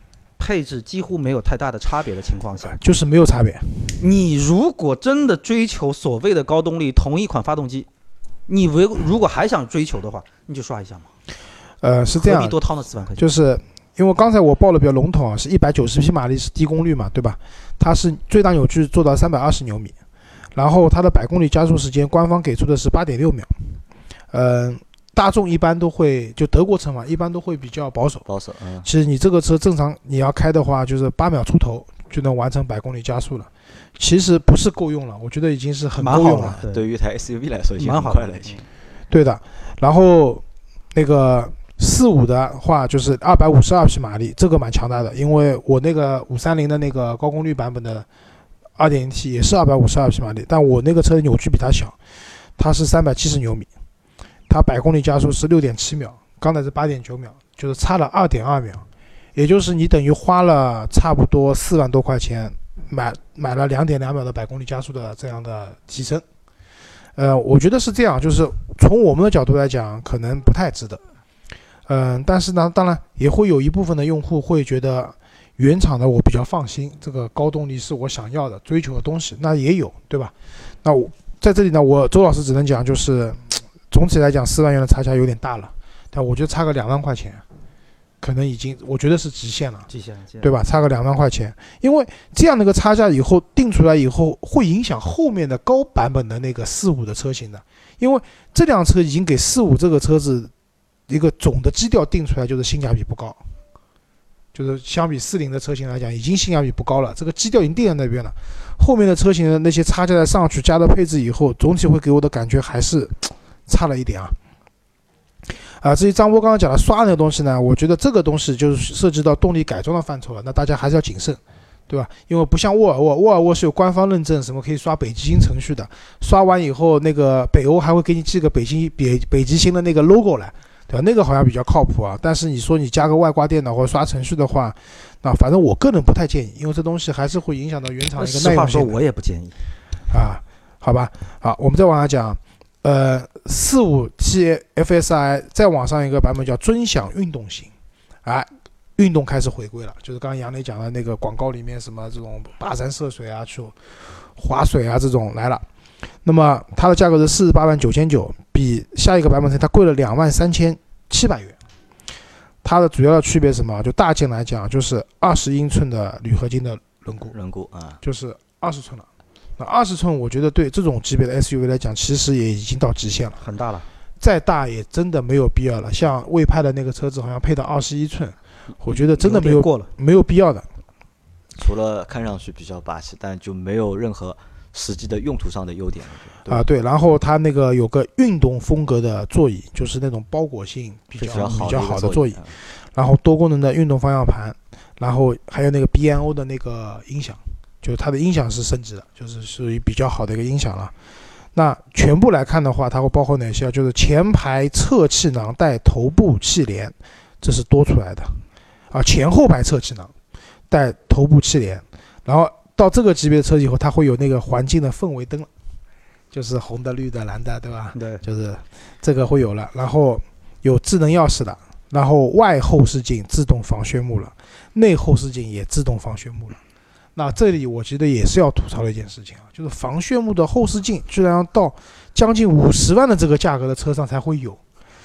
配置几乎没有太大的差别的情况下， 就是没有差别。 你如果真的追求所谓的高动力，同一款发动机，你如果还想追求的话，你就刷一下嘛。 是这样， 何必多掏那4万块钱？ 就是因为刚才我报的比较笼统啊，是190匹马力是低功率嘛，对吧？它是最大扭矩做到320牛米，然后它的百公里加速时间官方给出的是8.6秒。大众一般都会，就德国车嘛，一般都会比较保守。其实你这个车正常你要开的话，就是8秒出头就能完成百公里加速了。其实不是够用了，我觉得已经是很够用了。 对于一台 SUV 来说，已经很快了，已经。 对的。然后那个45的话，就是252匹马力，这个蛮强大的。因为我那个530的那个高功率版本的 2.0T 也是252匹马力，但我那个车的扭矩比它小，它是370牛米。它百公里加速是6.7秒，刚才是8.9秒，就是差了2.2秒，也就是你等于花了差不多4万多块钱买了2.2秒的百公里加速的这样的提升。我觉得是这样，就是从我们的角度来讲，可能不太值得。但是呢，当然也会有一部分的用户会觉得原厂的我比较放心，这个高动力是我想要的、追求的东西，那也有，对吧？那我在这里呢，我周老师只能讲就是。总体来讲，4万元的差价有点大了，但我觉得差个2万块钱，可能已经我觉得是极限了，对吧？差个2万块钱，因为这样的一个差价以后定出来以后，会影响后面的高版本的那个45的车型的，因为这辆车已经给45这个车子一个总的基调定出来，就是性价比不高，就是相比40的车型来讲，已经性价比不高了，这个基调已经定在那边了。后面的车型的那些差价再上去，加了配置以后，总体会给我的感觉还是。差了一点至于张波刚刚讲的刷那个东西呢，我觉得这个东西就是涉及到动力改装的范畴了，那大家还是要谨慎，对吧？因为不像沃尔沃是有官方认证，什么可以刷北极星程序的，刷完以后那个北欧还会给你寄个北极星的那个 logo 来，对吧？那个好像比较靠谱啊。但是你说你加个外挂电脑或者刷程序的话，那反正我个人不太建议，因为这东西还是会影响到原厂一个耐用性。 实话说，我也不建议好吧，好，我们再往下讲。45T FSI 再往上一个版本叫尊享运动型，运动开始回归了，就是刚刚杨磊讲的那个广告里面什么这种跋山涉水啊、去划水啊这种来了。那么它的价格是48万9,900，比下一个版本它贵了23700元。它的主要的区别是什么？就大件来讲，就是20英寸的铝合金的轮毂就是20寸了。那20寸，我觉得对这种级别的 SUV 来讲，其实也已经到极限了， 很大了。 再大也真的没有必要了。像魏派的那个车子，好像配到21寸，我觉得真的没有必要的。 除了看上去比较霸气，但就没有任何实际的用途上的优点。 对。然后它那个有个运动风格的座椅，就是那种包裹性比较好的座椅，然后多功能的运动方向盘，然后还有那个 B&O 的那个音响。就是它的音响是升级的，就是属于比较好的一个音响了。那全部来看的话，它会包括哪些？就是前排侧气囊带头部气帘，这是多出来的前后排侧气囊带头部气帘，然后到这个级别的车以后，它会有那个环境的氛围灯了，就是红的、绿的、蓝的，对吧？ 对， 就是这个会有了。然后有智能钥匙的，然后外后视镜自动防眩目了，内后视镜也自动防眩目了。那这里我觉得也是要吐槽的一件事情就是防眩目的后视镜居然要到将近50万的这个价格的车上才会有，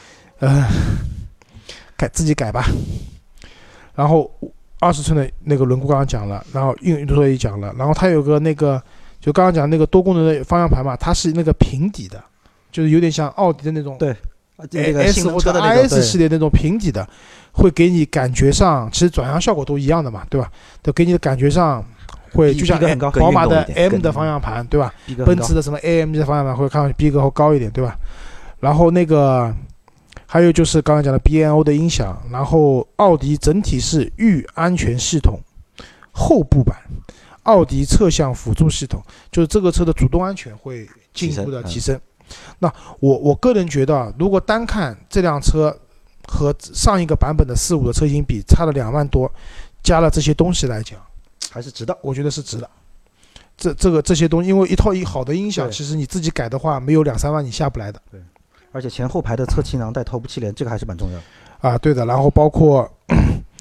自己改吧。然后20寸的那个轮毂刚刚讲了，然后运动座椅讲了，然后它有个那个就刚刚讲那个多功能的方向盘嘛，它是那个平底的，就是有点像奥迪的那种对那个 S 或者 IS 系列那种平底的，会给你感觉上其实转向效果都一样的嘛，对吧？都给你的感觉上会就像宝马的 M 的方向盘，对吧？奔驰的什么 AMG 的方向盘会看上去逼格会高一点，对吧？然后那个还有就是刚刚讲的 B&O 的音响，然后奥迪整体是域安全系统后部版，奥迪侧向辅助系统，就是这个车的主动安全会进一步的提升。那我个人觉得，如果单看这辆车和上一个版本的45的车型比，差了2万多，加了这些东西来讲， 还是值的。 我觉得是值的。这些东西，因为一套好的音响，其实你自己改的话，没有2-3万你下不来的。 对，而且前后排的侧气囊带头部气帘，这个还是蛮重要的。 对的。然后包括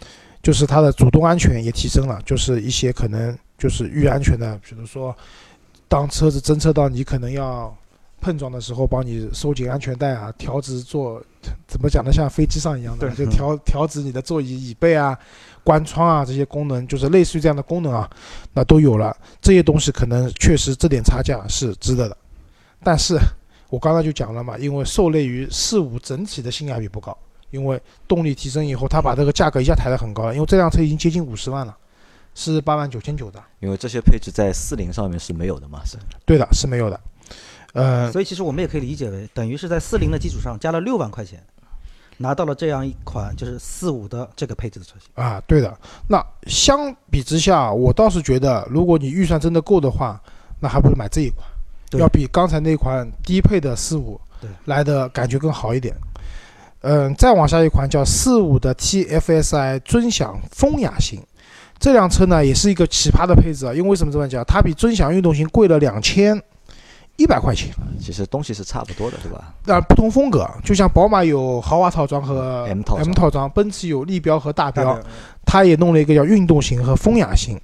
就是它的主动安全也提升了，就是一些可能就是预安全的，比如说当车子侦测到你可能要碰撞的时候，帮你收紧安全带啊，调直坐，怎么讲呢？像飞机上一样的，就调直你的座椅椅背啊、关窗啊这些功能，就是类似于这样的功能啊，那都有了。这些东西可能确实这点差价是值得的，但是我刚才就讲了嘛，因为受累于45整体的性价比不高，因为动力提升以后，它把这个价格一下抬得很高了，因为这辆车已经接近50万了，48.990的。 因为这些配置在40上面是没有的嘛，是对的，是没有的。 所以其实我们也可以理解为，等于是在40的基础上加了6万块钱，拿到了这样一款就是45的这个配置的车型啊，对的。那相比之下，我倒是觉得，如果你预算真的够的话，那还不如买这一款，要比刚才那款低配的45来的感觉更好一点。再往下一款叫45的 TFSI 尊享风雅型，这辆车呢也是一个奇葩的配置啊，因为为什么这么讲？它比尊享运动型贵了2100块钱， 其实东西是差不多的，对吧？ 不同风格，就像宝马有豪华套装和 M 套装，奔驰有立标和大标，它也弄了一个叫运动型和风雅型。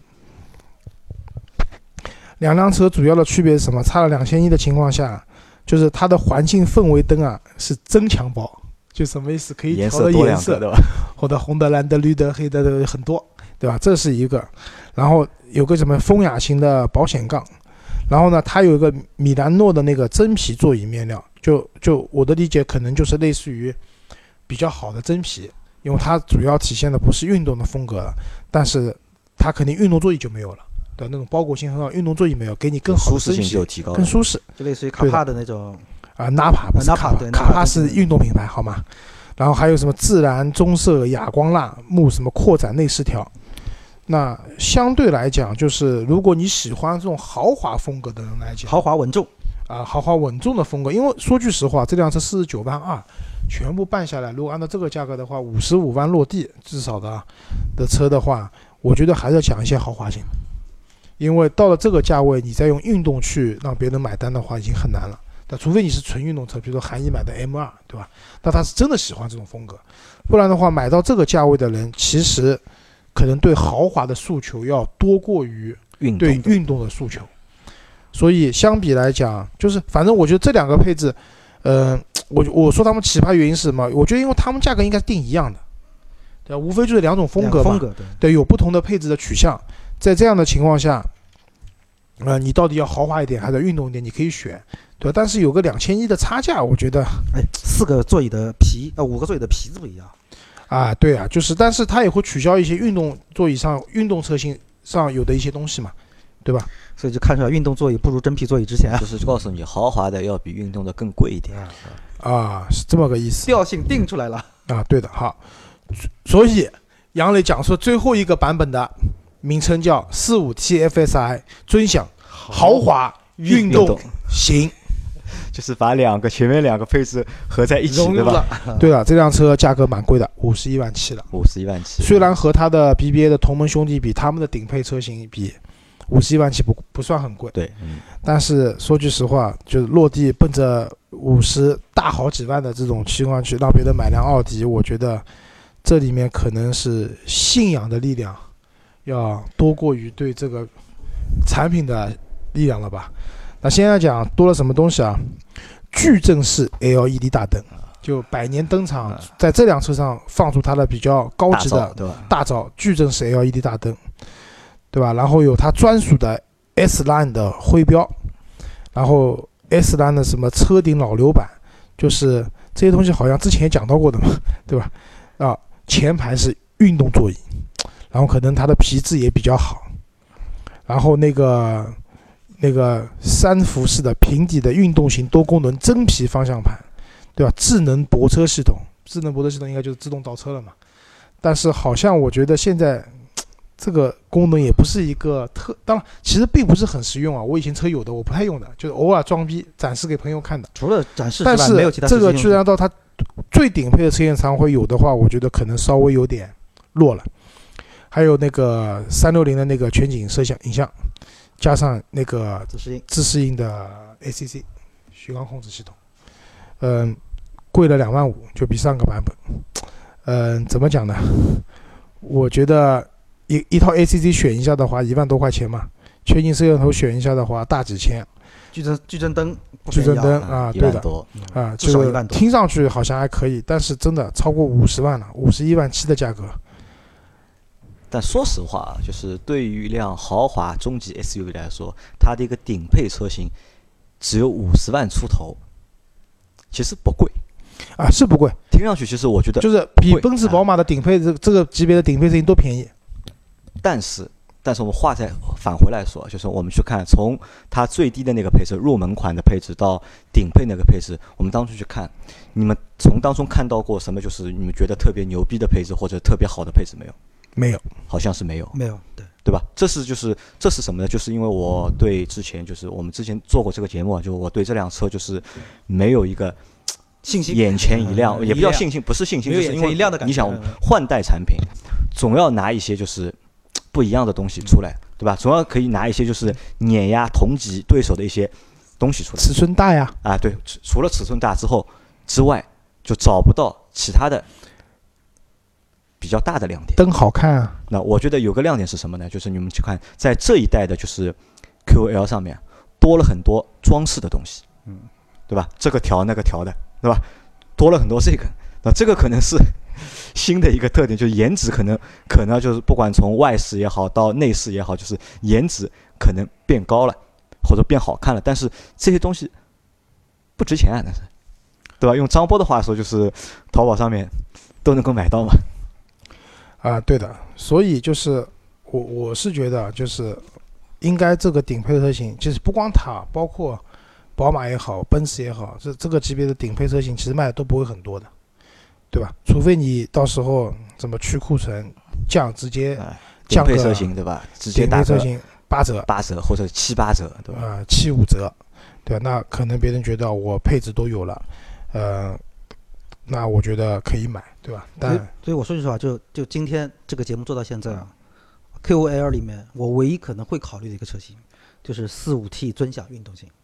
两辆车主要的区别是什么？差了2100的情况下，就是它的环境氛围灯啊是增强包，就什么意思？可以调的颜色， 对吧？ 或者红的、蓝的、绿的、黑的很多，对吧？这是一个。然后有个什么风雅型的保险杠。然后呢，它有一个米兰诺的那个真皮座椅面料，就我的理解可能就是类似于比较好的真皮，因为它主要体现的不是运动的风格了，但是它肯定运动座椅就没有了，对，那种包裹性很好，运动座椅没有，给你更好的舒适性就提高了， 更舒适， 就类似于卡帕的那种啊，纳帕不是卡帕，卡帕是运动品牌，好吗？然后还有什么自然、棕色、哑光蜡、木什么扩展内饰条。那相对来讲，就是如果你喜欢这种豪华风格的人来讲， 豪华稳重啊，豪华稳重的风格。因为说句实话，这辆车49万2，全部办下来，如果按照这个价格的话，55万落地至少的车的话，我觉得还是要讲一些豪华性。因为到了这个价位，你再用运动去让别人买单的话，已经很难了。但除非你是纯运动车，比如说韩毅买的 M2，对吧？那他是真的喜欢这种风格，不然的话，买到这个价位的人，其实可能对豪华的诉求要多过于对运动的诉求，所以相比来讲，就是反正我觉得这两个配置，我说他们奇葩原因是什么？我觉得因为他们价格应该是定一样的，对吧？无非就是两种风格嘛，对，有不同的配置的取向。在这样的情况下，你到底要豪华一点还是运动一点，你可以选，对吧？但是有个2100的差价，我觉得 ，4个座椅的皮，5个座椅的皮子不一样。 啊，对啊，就是，但是它也会取消一些运动座椅上、运动车型上有的一些东西嘛，对吧？ 所以就看出来运动座椅不如真皮座椅之前， 就是告诉你豪华的要比运动的更贵一点啊，是这么个意思。 调性定出来了啊，对的，好。所以杨磊讲说最后一个版本的名称叫45 TFSI 尊享豪华运动型。 就是把前面两个配置合在一起，对吧？ 对了，这辆车价格蛮贵的，51万7了。 51万7， 虽然和它的 BBA 的同门兄弟比，他们的顶配车型比，51万7不算很贵。 对， 但是说句实话，就是落地奔着50大好几万的这种情况去让别人买辆奥迪，我觉得这里面可能是信仰的力量要多过于对这个产品的力量了吧。那现在讲多了什么东西啊？矩阵式 LED 大灯，就100年灯厂在这辆车上放出它的比较高级的大招矩阵式 LED 大灯，对吧？然后有它专属的 S Line 的徽标，然后 S Line 的什么车顶老流板，就是这些东西好像之前也讲到过的嘛，对吧？啊，前排是运动座椅，然后可能它的皮质也比较好，然后那个3辐式的平底的运动型多功能真皮方向盘，对吧？智能泊车系统应该就是自动倒车了嘛。但是好像我觉得现在这个功能也不是一个当然其实并不是很实用啊。我以前车有的，我不太用的，就是偶尔装逼展示给朋友看的。 除了展示之外，没有其他。 但是这个居然到它最顶配的车验常会有的话，我觉得可能稍微有点弱了。还有那个360的那个全景摄像影像。加上那个自适应的 ACC 巡航控制系统，贵了2万5，就比上个版本。怎么讲呢？ 我觉得一套 ACC 选一下的话，1万多块钱嘛，全景摄像头选一下的话，大几千。 矩阵灯不矩便宜啊， 阵灯啊，对的多啊， 至少这 1万多个听上去好像还可以，但是真的超过50万了，51万7的价格。 但说实话，就是对于一辆豪华中级 SUV 来说，它的一个顶配车型只有50万出头，其实不贵啊，是不贵， 听上去其实我觉得就是比奔驰、宝马的顶配这个级别的顶配车型都便宜。 但是我们话再返回来说，就是我们去看从它最低的那个配置入门款的配置到顶配那个配置，我们当初去看，你们从当中看到过什么就是你们觉得特别牛逼的配置或者特别好的配置没有？ 没有， 好像是没有， 对吧？这是什么呢？就是因为我对之前就是我们之前做过这个节目，就我对这辆车就是没有一个信心， 眼前一亮，也不叫信心，不是信心，就是因为你想换代产品，总要拿一些就是不一样的东西出来，对吧？总要可以拿一些就是碾压同级对手的一些东西出来。 尺寸大呀， 啊，对，除了尺寸大之外，就找不到其他的比较大的亮点。 灯好看啊。 那我觉得有个亮点是什么呢？就是你们去看，在这一代的就是 QL 上面多了很多装饰的东西，对吧？这个调那个调的，对吧？多了很多这个，那这个可能是新的一个特点，就是颜值可能就是不管从外饰也好到内饰也好，就是颜值可能变高了或者变好看了，但是这些东西不值钱啊，但是，对吧？用张波的话说，就是淘宝上面都能够买到嘛。 啊，对的，所以就是我是觉得就是应该这个顶配车型，就是不光它，包括宝马也好，奔驰也好，这个级别的顶配车型其实卖的都不会很多的，对吧？除非你到时候怎么去库存直接降个顶配车型，对吧？直接打个顶配车型8折或者7、8折，对吧 ？7、5折，对吧？那可能别人觉得我配置都有了，那我觉得可以买，对吧？ 所以我说句实话，就今天这个节目做到现在啊，Q5L 里面我唯一可能会考虑的一个车型就是45T 尊享运动型。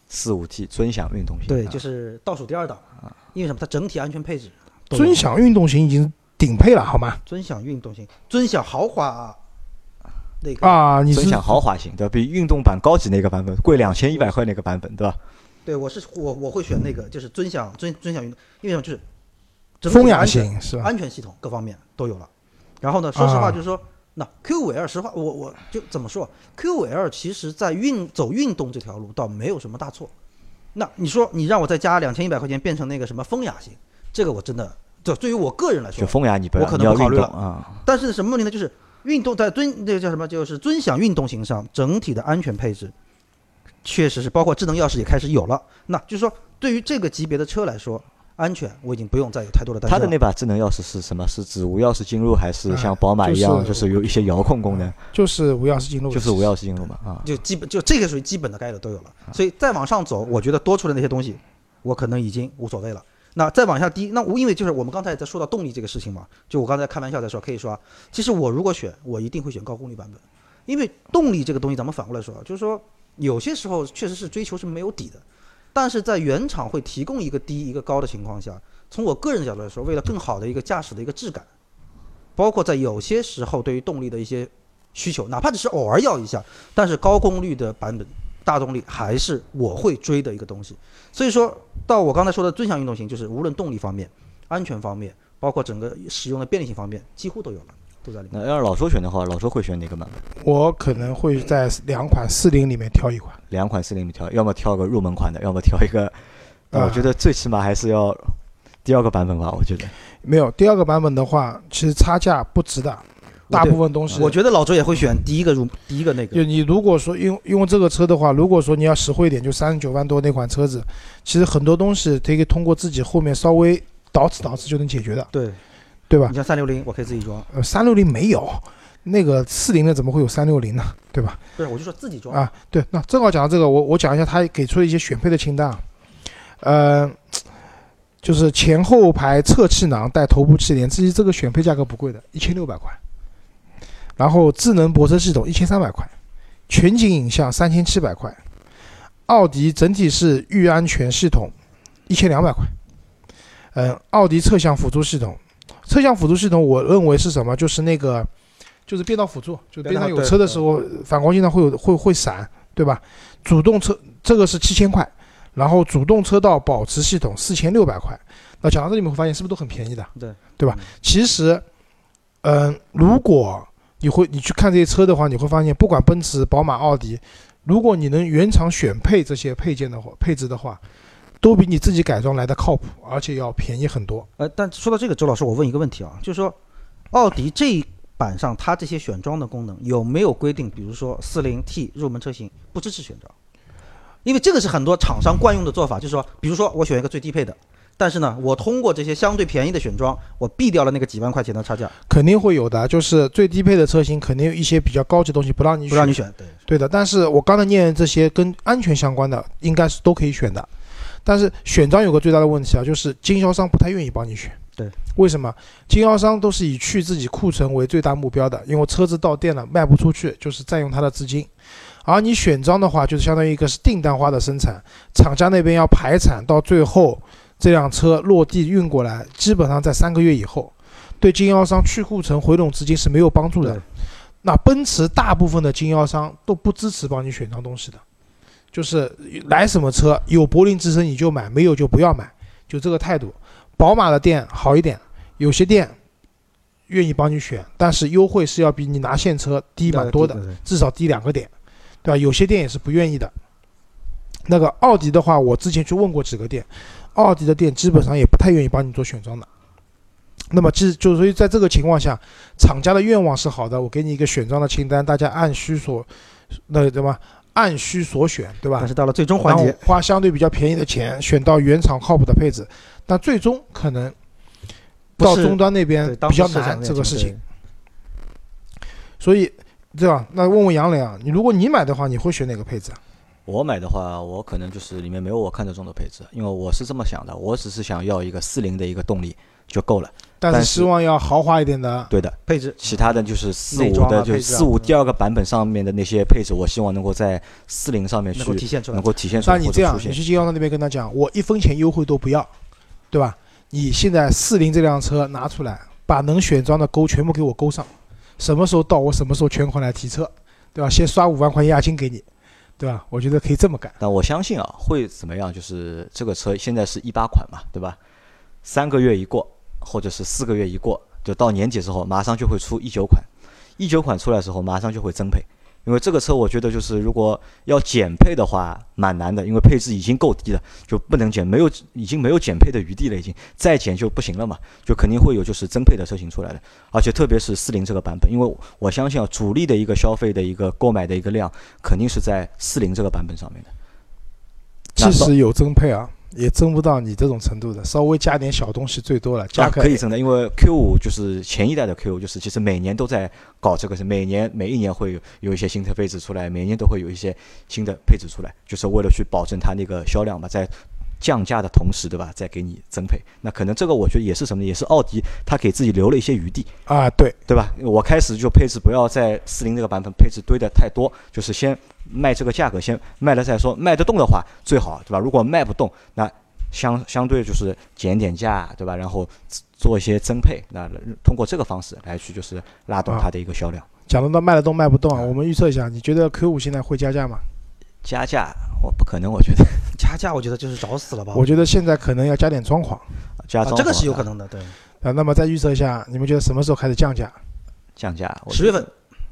45T 尊享运动型， 对，就是倒数第2档，因为什么？它整体安全配置。 尊享运动型已经顶配了，好吗？ 尊享运动型，尊享豪华那个啊，你是尊享豪华型，对吧？比运动版高级那个版本贵2100块那个版本，对吧？ 对，我会选那个，就是尊享运动，因为什么？就是风雅型是吧？ 安全系统各方面都有了。然后呢，说实话就是说，那 Q5L 实话，我就怎么说 ？Q5L 其实在走运动这条路倒没有什么大错。那你说你让我再加2100块钱变成那个什么风雅型，这个我真的，就对于我个人来说， 就风雅我可能不考虑了啊。 但是什么问题呢？就是运动在那个叫什么？就是尊享运动型上整体的安全配置，确实是包括智能钥匙也开始有了。那就是说，对于这个级别的车来说，安全我已经不用再有太多的担心了。 它的那把智能钥匙是什么？是指无钥匙进入，还是像宝马一样，就是有一些遥控功能？ 就是无钥匙进入， 就是无钥匙进入嘛啊。 就这个属于基本的该有的都有了。所以再往上走，我觉得多出来那些东西，我可能已经无所谓了。那再往下低，那因为就是我们刚才也在说到动力这个事情嘛，就我刚才开玩笑在说，可以说，其实我如果选，我一定会选高功率版本，因为动力这个东西咱们反过来说，就是说有些时候确实是追求是没有底的。但是在原厂会提供一个低一个高的情况下，从我个人的角度来说，为了更好的一个驾驶的一个质感，包括在有些时候对于动力的一些需求，哪怕只是偶尔要一下，但是高功率的版本大动力还是我会追的一个东西。所以说到我刚才说的尊享运动型，就是无论动力方面、安全方面，包括整个使用的便利性方面，几乎都有了，都在里面。 那要是老周选的话，老周会选哪个版本？ 我可能会在2款40里面挑一款 ，2款40里面挑，要么挑个入门款的，要么挑一个。我觉得最起码还是要第2个版本吧。我觉得没有第2个版本的话，其实差价不值的。大部分东西， 我觉得老周也会选第一个那个。 就你如果说用这个车的话，如果说你要实惠一点，就39万多那款车子，其实很多东西可以通过自己后面稍微捯饬就能解决的。对吧？ 你像360，我可以自己装。 360没有，那个40的怎么会有360呢？对吧？ 不是，我就说自己装啊。对，那正好讲到这个，我讲一下他给出的一些选配的清单。就是前后排侧气囊带头部气帘，其实这个选配价格不贵的，1600块。然后智能泊车系统1300块，全景影像3700块，奥迪整体式预安全系统1200块，奥迪侧向辅助系统侧向辅助系统，我认为是什么？就是那个，就是变道辅助，就边上有车的时候，反光镜上会闪，对吧？主动车这个是7000块，然后主动车道保持系统4600块。那讲到这里，你们会发现是不是都很便宜的？对吧？其实，如果你去看这些车的话，你会发现，不管奔驰、宝马、奥迪，如果你能原厂选配这些配置的话，都比你自己改装来的靠谱，而且要便宜很多。 但说到这个，周老师，我问一个问题啊，就是说，奥迪这一版上它这些选装的功能有没有规定？比如说40T 入门车型不支持选装，因为这个是很多厂商惯用的做法，就是说，比如说我选一个最低配的。但是呢，我通过这些相对便宜的选装，我避掉了那个几万块钱的差价。 肯定会有的，就是最低配的车型，肯定有一些比较高级的东西不让你选。对的。但是我刚才念的这些跟安全相关的，应该是都可以选的。但是选装有个最大的问题啊，就是经销商不太愿意帮你选。 对， 为什么？经销商都是以去自己库存为最大目标的，因为车子到店了卖不出去，就是占用他的资金。而你选装的话，就是相当于一个是订单化的生产，厂家那边要排产，到最后这辆车落地运过来，基本上在3个月以后，对经销商去库存回笼资金是没有帮助的。那奔驰大部分的经销商都不支持帮你选装东西的，就是来什么车有柏林之声你就买，没有就不要买，就这个态度。宝马的店好一点，有些店愿意帮你选，但是优惠是要比你拿现车低蛮多的，至少低2个点，对吧？有些店也是不愿意的。那个奥迪的话，我之前去问过几个店，奥迪的店基本上也不太愿意帮你做选装的。那么就所以在这个情况下，厂家的愿望是好的，我给你一个选装的清单，大家按需所选，对吧？ 但是到了最终环节， 花相对比较便宜的钱选到原厂靠谱的配置，但最终可能到终端那边比较难这个事情。所以对吧？那问问杨磊啊，如果你买的话，你会选哪个配置啊？ 我买的话，我可能就是里面没有我看得中的配置，因为我是这么想的，我只是想要一个40的一个动力就够了。 但是希望要豪华一点的对的配置， 其他的就是45的，就是45第2个版本上面的那些配置，我希望能够在40上面去能够体现出来。 那你这样，你去经销商那边跟他讲，我1分钱优惠都不要，对吧？你现在40这辆车拿出来，把能选装的勾全部给我勾上，什么时候到我什么时候全款来提车，对吧？先刷5万块押金给你。对吧？我觉得可以这么干。 但我相信啊，会怎么样？就是这个车现在是18款嘛，对吧？3个月一过，或者是4个月一过，就到年底之后，马上就会出19款。19款出来之后，马上就会增配。因为这个车我觉得就是如果要减配的话蛮难的，因为配置已经够低了，就不能减，已经没有减配的余地了，已经再减就不行了嘛，就肯定会有就是增配的车型出来的，而且特别是40这个版本，因为我相信啊，主力的一个消费的一个购买的一个量肯定是在40这个版本上面的。 即使有增配啊，也增不到你这种程度的，稍微加点小东西最多了，加可以增的，因为 Q5 就是前一代的 Q5，就是其实每年都在搞这个，是每一年会有一些新的配置出来，每年都会有一些新的配置出来，就是为了去保证它那个销量嘛，在降价的同时，对吧？再给你增配，那可能这个我觉得也是什么，也是奥迪它给自己留了一些余地啊，对吧？我开始就配置不要在40这个版本配置堆的太多，就是先卖这个价格，先卖了再说，卖得动的话最好，对吧？如果卖不动，那相对就是减点价，对吧？然后做一些增配，那通过这个方式来去就是拉动它的一个销量。 讲到卖得动卖不动啊，我们预测一下，你觉得 Q5 现在会加价吗？ 加价我不可能，我觉得加价我觉得就是找死了吧。 我觉得现在可能要加点装潢， 这个是有可能的，对。 那么再预测一下，你们觉得什么时候开始降价 ？10月份。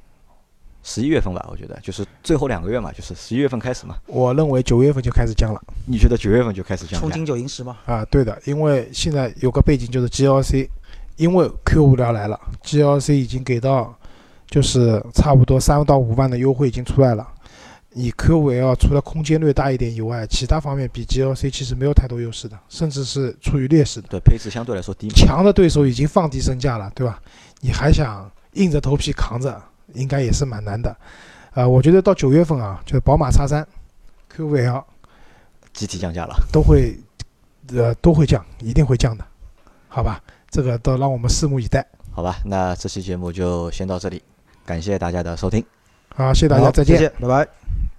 11月份吧，我觉得就是最后2个月嘛，就是11月份开始嘛。 我认为9月份就开始降了。 你觉得9月份就开始降价？ 冲金9银10吗？ 啊，对的，因为现在有个背景就是 GLC， 因为 Q5要来了 ，GLC 已经给到就是差不多3到5万的优惠已经出来了。你 Q5L 除了空间略大一点以外，其他方面比 GLC 其实没有太多优势的，甚至是处于劣势的。 对，配置相对来说低。 强的对手已经放低身价了，对吧？你还想硬着头皮扛着，应该也是蛮难的。我觉得到9月份啊，就是宝马 X3、Q5L 集体降价了， 都会降，一定会降的，好吧？这个都让我们拭目以待。 好吧，那这期节目就先到这里，感谢大家的收听。 好，谢谢大家，再见， 拜拜。